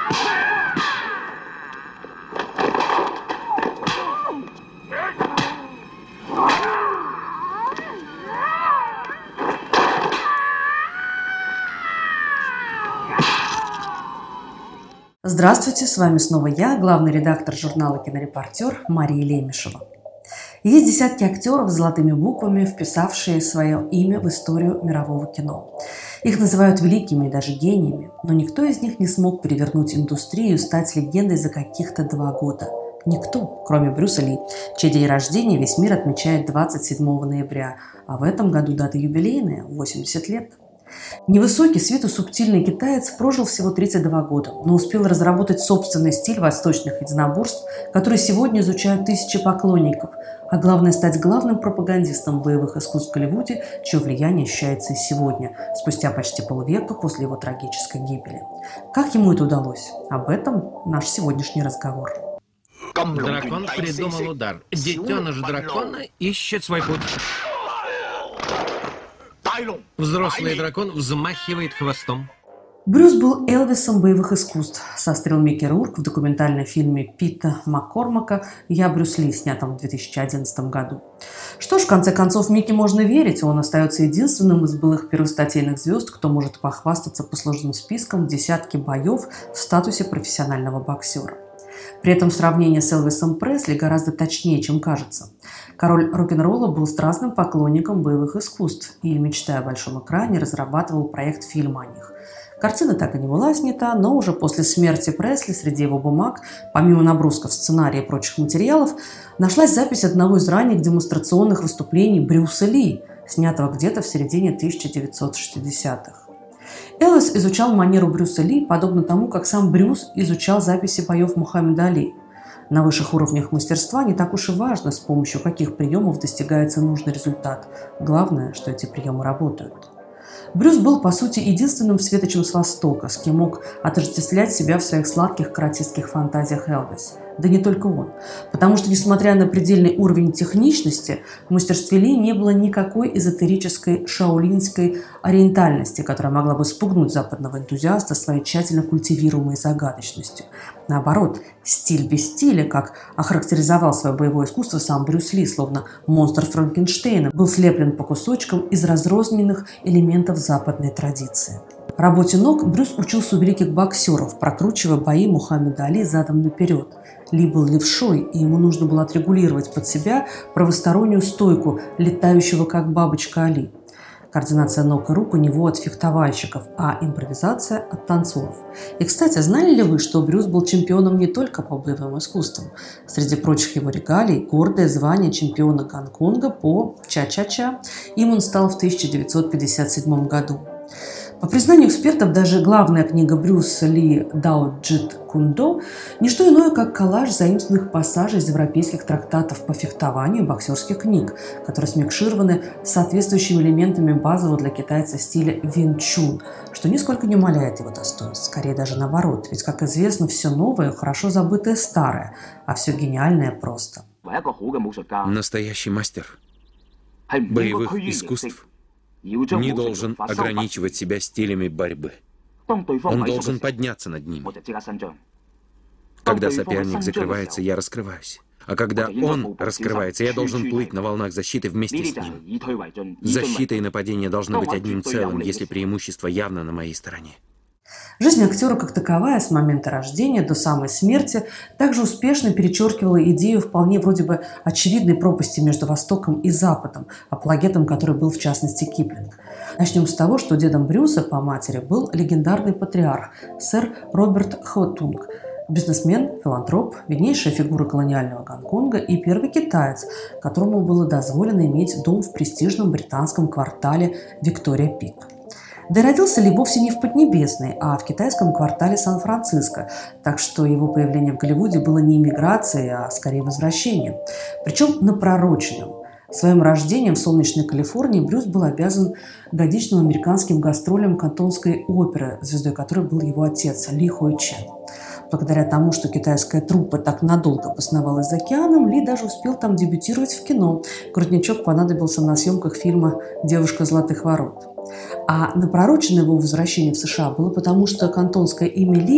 Здравствуйте, с вами снова я, главный редактор журнала «Кинорепортер» Мария Лемешева. Есть десятки актеров с золотыми буквами, вписавшие свое имя в историю мирового кино. Их называют великими и даже гениями, но никто из них не смог перевернуть индустрию и стать легендой за каких-то 2 года. Никто, кроме Брюса Ли, чей день рождения весь мир отмечает 27 ноября, а в этом году дата юбилейная – 80 лет. Невысокий, с виду субтильный китаец прожил всего 32 года, но успел разработать собственный стиль восточных единоборств, который сегодня изучают тысячи поклонников, а главное – стать главным пропагандистом боевых искусств в Голливуде, чье влияние ощущается и сегодня, спустя почти полвека после его трагической гибели. Как ему это удалось? Об этом наш сегодняшний разговор. Дракон придумал удар. Детеныш дракона ищет свой путь. Взрослый дракон взмахивает хвостом. Брюс был Элвисом боевых искусств, сострил Микки Рурк в документальном фильме Питта Маккормака «Я Брюс Ли», снятом в 2011 году. Что ж, в конце концов, Микки можно верить, он остается единственным из былых первостатейных звезд, кто может похвастаться послужным списком в десятке боев в статусе профессионального боксера. При этом сравнение с Элвисом Пресли гораздо точнее, чем кажется. Король рок-н-ролла был страстным поклонником боевых искусств и, мечтая о большом экране, разрабатывал проект фильма о них. Картина так и не была снята, но уже после смерти Пресли среди его бумаг, помимо набросков сценария и прочих материалов, нашлась запись одного из ранних демонстрационных выступлений Брюса Ли, снятого где-то в середине 1960-х. Элвис изучал манеру Брюса Ли, подобно тому, как сам Брюс изучал записи боев Мухаммеда Али. На высших уровнях мастерства не так уж и важно, с помощью каких приемов достигается нужный результат. Главное, что эти приемы работают. Брюс был, по сути, единственным светочем с Востока, с кем мог отождествлять себя в своих сладких каратистских фантазиях Элвис. Да не только он. Потому что, несмотря на предельный уровень техничности, в мастерстве Ли не было никакой эзотерической шаолиньской ориентальности, которая могла бы спугнуть западного энтузиаста своей тщательно культивируемой загадочностью. Наоборот, стиль без стиля, как охарактеризовал свое боевое искусство сам Брюс Ли, словно монстр Франкенштейна, был слеплен по кусочкам из разрозненных элементов западной традиции. Работе ног Брюс учился у великих боксеров, прокручивая бои Мухаммеда Али задом наперед. Ли был левшой, и ему нужно было отрегулировать под себя правостороннюю стойку летающего как бабочка Али. Координация ног и рук у него от фехтовальщиков, а импровизация от танцоров. И, кстати, знали ли вы, что Брюс был чемпионом не только по боевым искусствам? Среди прочих его регалий гордое звание чемпиона Гонконга по ча-ча-ча. Им он стал в 1957 году. По признанию экспертов, даже главная книга Брюса Ли «Дао Джит Кундо» – не что иное, как коллаж заимствованных пассажей из европейских трактатов по фехтованию и боксерских книг, которые смикшированы с соответствующими элементами базового для китайца стиля Вин Чун, что нисколько не умаляет его достоинств, скорее даже наоборот, ведь, как известно, все новое – хорошо забытое старое, а все гениальное – просто. Настоящий мастер боевых искусств не должен ограничивать себя стилями борьбы. Он должен подняться над ними. Когда соперник закрывается, я раскрываюсь. А когда он раскрывается, я должен плыть на волнах защиты вместе с ним. Защита и нападение должны быть одним целым, если преимущество явно на моей стороне. Жизнь актера как таковая с момента рождения до самой смерти также успешно перечеркивала идею вполне вроде бы очевидной пропасти между Востоком и Западом, апологетом которой был в частности Киплинг. Начнем с того, что дедом Брюса по матери был легендарный патриарх сэр Роберт Хотунг, бизнесмен, филантроп, виднейшая фигура колониального Гонконга и первый китаец, которому было дозволено иметь дом в престижном британском квартале Виктория-Пик. Да и родился Ли вовсе не в Поднебесной, а в китайском квартале Сан-Франциско, так что его появление в Голливуде было не эмиграцией, а скорее возвращением. Причем напророченным. Своим рождением в солнечной Калифорнии Брюс был обязан годичным американским гастролям Кантонской оперы, звездой которой был его отец Ли Хой Чен. Благодаря тому, что китайская труппа так надолго посновалась за океаном, Ли даже успел там дебютировать в кино. Грудничок понадобился на съемках фильма «Девушка золотых ворот». А напророчено его возвращение в США было потому, что кантонское имя Ли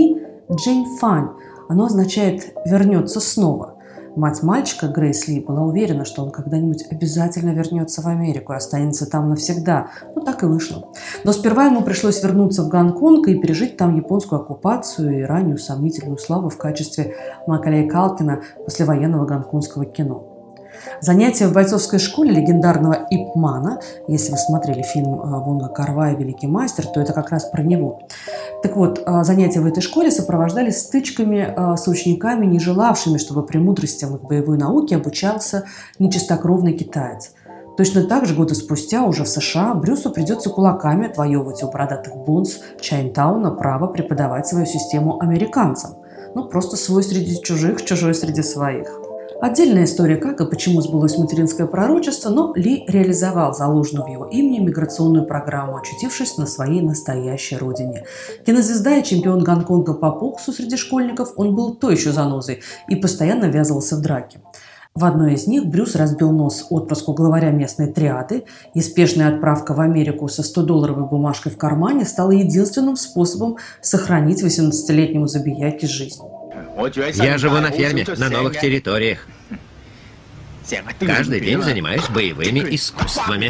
Джейн Фань. Оно означает «вернется снова». Мать мальчика, Грейс Ли, была уверена, что он когда-нибудь обязательно вернется в Америку и останется там навсегда. Ну, так и вышло. Но сперва ему пришлось вернуться в Гонконг и пережить там японскую оккупацию и раннюю сомнительную славу в качестве Макалея Калкина послевоенного гонконгского кино. Занятия в бойцовской школе легендарного Ип Мана, если вы смотрели фильм Вонга Кар-вая «Великий мастер», то это как раз про него. Так вот, занятия в этой школе сопровождались стычками с учениками, не желавшими, чтобы премудростям их боевой науки обучался нечистокровный китаец. Точно так же годы спустя, уже в США, Брюсу придется кулаками отвоевывать у бородатых бонз Чайнтауна право преподавать свою систему американцам. Ну, просто свой среди чужих, чужой среди своих. Отдельная история, как и почему сбылось материнское пророчество, но Ли реализовал заложенную в его имени миграционную программу, очутившись на своей настоящей родине. Кинозвезда и чемпион Гонконга по боксу среди школьников, он был той еще занозой и постоянно ввязывался в драки. В одной из них Брюс разбил нос отпрыску главаря местной триады, и спешная отправка в Америку со 100-долларовой бумажкой в кармане стала единственным способом сохранить 18-летнему забияке жизнь. Я живу на ферме, на новых территориях. Каждый день занимаюсь боевыми искусствами.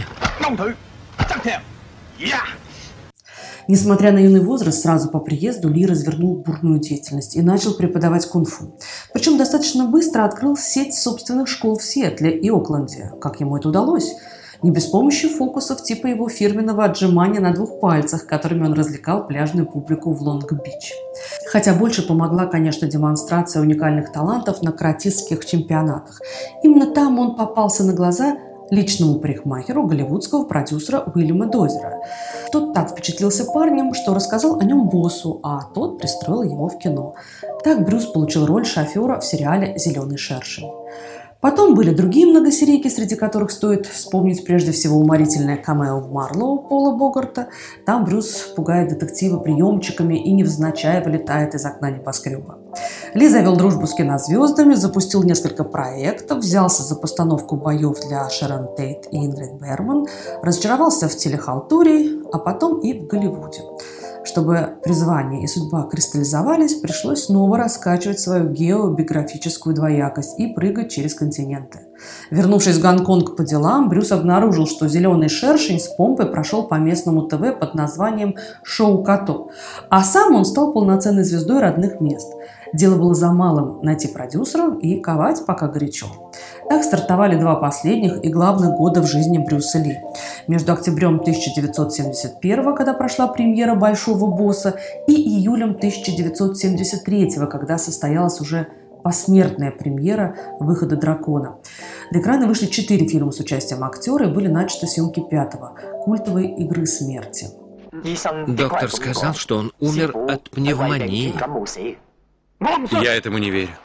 Несмотря на юный возраст, сразу по приезду Ли развернул бурную деятельность и начал преподавать кунг-фу. Причем достаточно быстро открыл сеть собственных школ в Сиэтле и Окленде. Как ему это удалось? Не без помощи фокусов типа его фирменного отжимания на 2 пальцах, которыми он развлекал пляжную публику в Лонг-Бич. Хотя больше помогла, конечно, демонстрация уникальных талантов на каратистских чемпионатах. Именно там он попался на глаза личному парикмахеру голливудского продюсера Уильяма Дозера. Тот так впечатлился парнем, что рассказал о нем боссу, а тот пристроил его в кино. Так Брюс получил роль шофера в сериале «Зеленый шершень». Потом были другие многосерийки, среди которых стоит вспомнить прежде всего уморительное камео в «Марлоу» Пола Богарта. Там Брюс пугает детектива приемчиками и невзначай вылетает из окна небоскреба. Ли завел дружбу с кинозвездами, запустил несколько проектов, взялся за постановку боев для Шерон Тейт и Ингрид Бергман, разочаровался в телехалтуре, а потом и в Голливуде. Чтобы призвание и судьба кристаллизовались, пришлось снова раскачивать свою геобиографическую двоякость и прыгать через континенты. Вернувшись в Гонконг по делам, Брюс обнаружил, что «Зеленый шершень» с помпой прошел по местному ТВ под названием «Шоу Като», а сам он стал полноценной звездой родных мест. Дело было за малым – найти продюсера и ковать пока горячо. Так стартовали 2 последних и главных года в жизни Брюса Ли. Между октябрем 1971, когда прошла премьера «Большого босса», и июлем 1973, когда состоялась уже посмертная премьера выхода «Дракона». На экраны вышли 4 фильма с участием актера и были начаты съемки 5-го – «Культовой игры смерти». Доктор сказал, что он умер от пневмонии. Я этому не верю.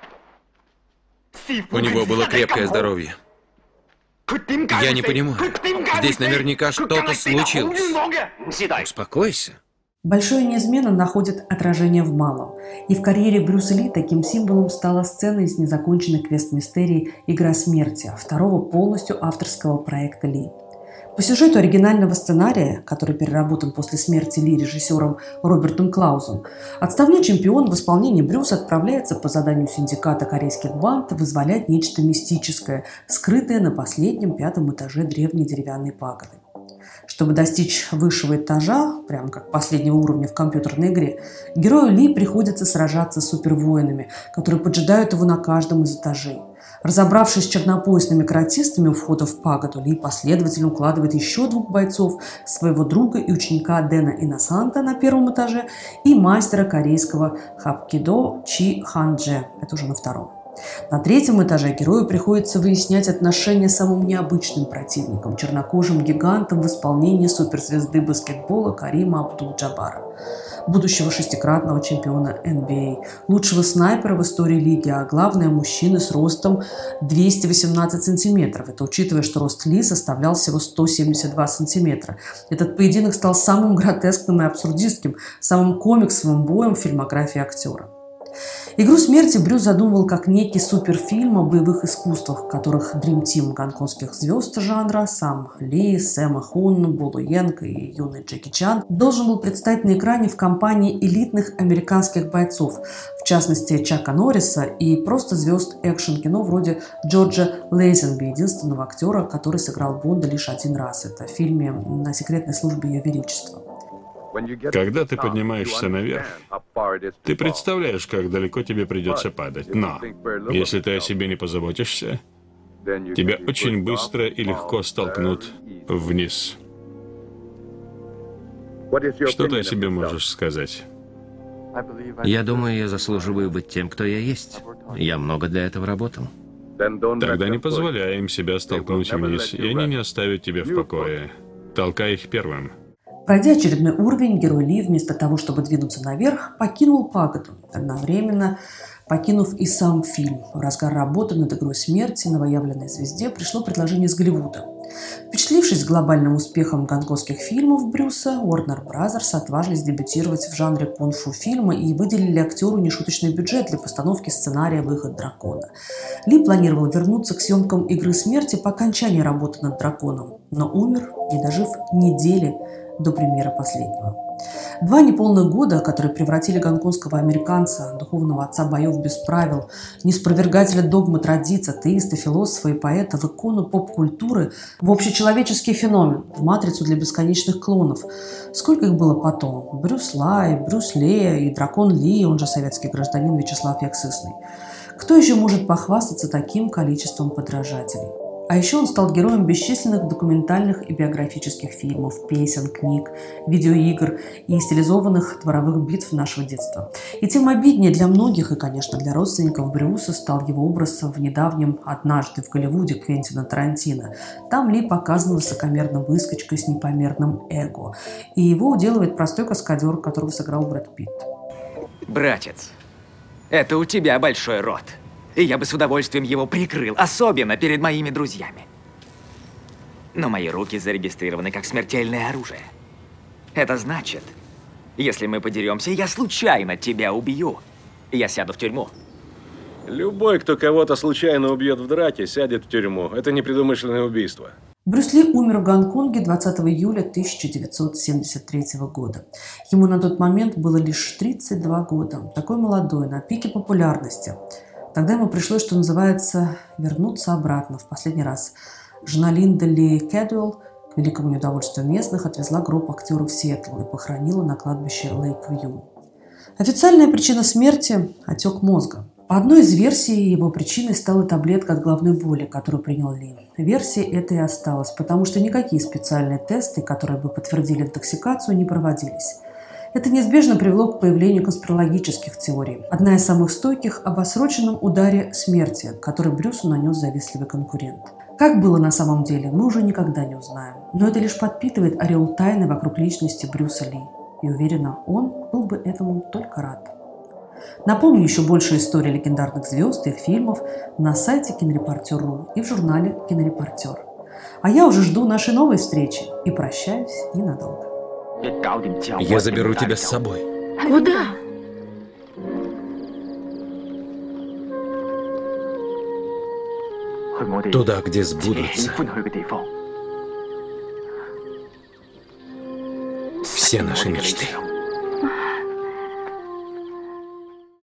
У него было крепкое здоровье. Я не понимаю. Здесь наверняка что-то случилось. Успокойся. Большое неизменно находит отражение в малом. И в карьере Брюса Ли таким символом стала сцена из незаконченной квест-мистерии «Игра смерти», 2-го полностью авторского проекта Ли. По сюжету оригинального сценария, который переработан после смерти Ли режиссером Робертом Клаузом, отставной чемпион в исполнении Брюса отправляется по заданию синдиката корейских банд вызволять нечто мистическое, скрытое на последнем 5-м этаже древней деревянной пагоды. Чтобы достичь высшего этажа, прямо как последнего уровня в компьютерной игре, герою Ли приходится сражаться с супервоинами, которые поджидают его на каждом из этажей. Разобравшись с чернопоясными каратистами у входа в пагоду, Ли последовательно укладывает еще 2 бойцов, своего друга и ученика Дэна Инносанта на 1-м этаже и мастера корейского хапкидо Чи Хан-дже, это уже на 2-м. На 3-м этаже герою приходится выяснять отношения с самым необычным противником – чернокожим гигантом в исполнении суперзвезды баскетбола Карима Абдул-Джаббара, будущего 6-кратного чемпиона NBA, лучшего снайпера в истории лиги, а главное – мужчины с ростом 218 сантиметров. Это учитывая, что рост Ли составлял всего 172 сантиметра. Этот поединок стал самым гротескным и абсурдистским, самым комиксовым боем в фильмографии актера. «Игру смерти» Брюс задумывал как некий суперфильм о боевых искусствах, в которых Dream Team гонконгских звезд жанра Сам Ли, Сэма Хун, Болу Йенг и юный Джеки Чан должен был предстать на экране в компании элитных американских бойцов, в частности Чака Норриса и просто звезд экшн-кино вроде Джорджа Лейзенби, единственного актера, который сыграл Бонда лишь один раз. Это в фильме «На секретной службе Ее Величества». Когда ты поднимаешься наверх, ты представляешь, как далеко тебе придется падать. Но если ты о себе не позаботишься, тебя очень быстро и легко столкнут вниз. Что ты о себе можешь сказать? Я думаю, я заслуживаю быть тем, кто я есть. Я много для этого работал. Тогда не позволяй им себя столкнуть вниз, и они не оставят тебя в покое. Толкай их первым. Пройдя очередной уровень, герой Ли, вместо того, чтобы двинуться наверх, покинул пагоду, одновременно покинув и сам фильм. В разгар работы над «Игрой смерти» новоявленной звезде пришло предложение из Голливуда. Впечатлившись глобальным успехом гонконгских фильмов Брюса, Warner Bros. Отважились дебютировать в жанре кунг-фу фильма и выделили актеру нешуточный бюджет для постановки сценария «Выход дракона». Ли планировал вернуться к съемкам «Игры смерти» по окончании работы над драконом, но умер, не дожив недели до премьеры последнего. 2 неполных года, которые превратили гонконгского американца, духовного отца боев без правил, неспровергателя догмы традиций, атеиста, философа и поэта в икону поп-культуры, в общечеловеческий феномен, в матрицу для бесконечных клонов. Сколько их было потом? Брюс Лай, Брюс Ли и дракон Ли, он же советский гражданин Вячеслав Яксысный. Кто еще может похвастаться таким количеством подражателей? А еще он стал героем бесчисленных документальных и биографических фильмов, песен, книг, видеоигр и стилизованных дворовых битв нашего детства. И тем обиднее для многих и, конечно, для родственников Брюса стал его образ в недавнем «Однажды в Голливуде» Квентина Тарантино. Там Ли показан высокомерным выскочкой с непомерным эго. И его уделывает простой каскадер, которого сыграл Брэд Питт. Братец, это у тебя большой рот. И я бы с удовольствием его прикрыл, особенно перед моими друзьями. Но мои руки зарегистрированы как смертельное оружие. Это значит, если мы подеремся, я случайно тебя убью, я сяду в тюрьму. Любой, кто кого-то случайно убьет в драке, сядет в тюрьму. Это непредумышленное убийство. Брюс Ли умер в Гонконге 20 июля 1973 года. Ему на тот момент было лишь 32 года. Такой молодой, на пике популярности. Тогда ему пришлось, что называется, вернуться обратно в последний раз. Жена Линда Ли Кэдуэлл, к великому неудовольствию местных, отвезла гроб актера в Сиэтл и похоронила на кладбище Лейк-Вью. Официальная причина смерти – отек мозга. По одной из версий, его причиной стала таблетка от головной боли, которую принял Ли. Версия эта и осталась, потому что никакие специальные тесты, которые бы подтвердили интоксикацию, не проводились. Это неизбежно привело к появлению конспирологических теорий. Одна из самых стойких – об отсроченном ударе смерти, который Брюсу нанес завистливый конкурент. Как было на самом деле, мы уже никогда не узнаем. Но это лишь подпитывает ореол тайны вокруг личности Брюса Ли. И уверена, он был бы этому только рад. Напомню еще больше истории легендарных звезд и их фильмов на сайте Кинорепортер.ру и в журнале «Кинорепортер». А я уже жду нашей новой встречи и прощаюсь ненадолго. Я заберу тебя с собой. Куда? Туда, где сбудутся все наши мечты.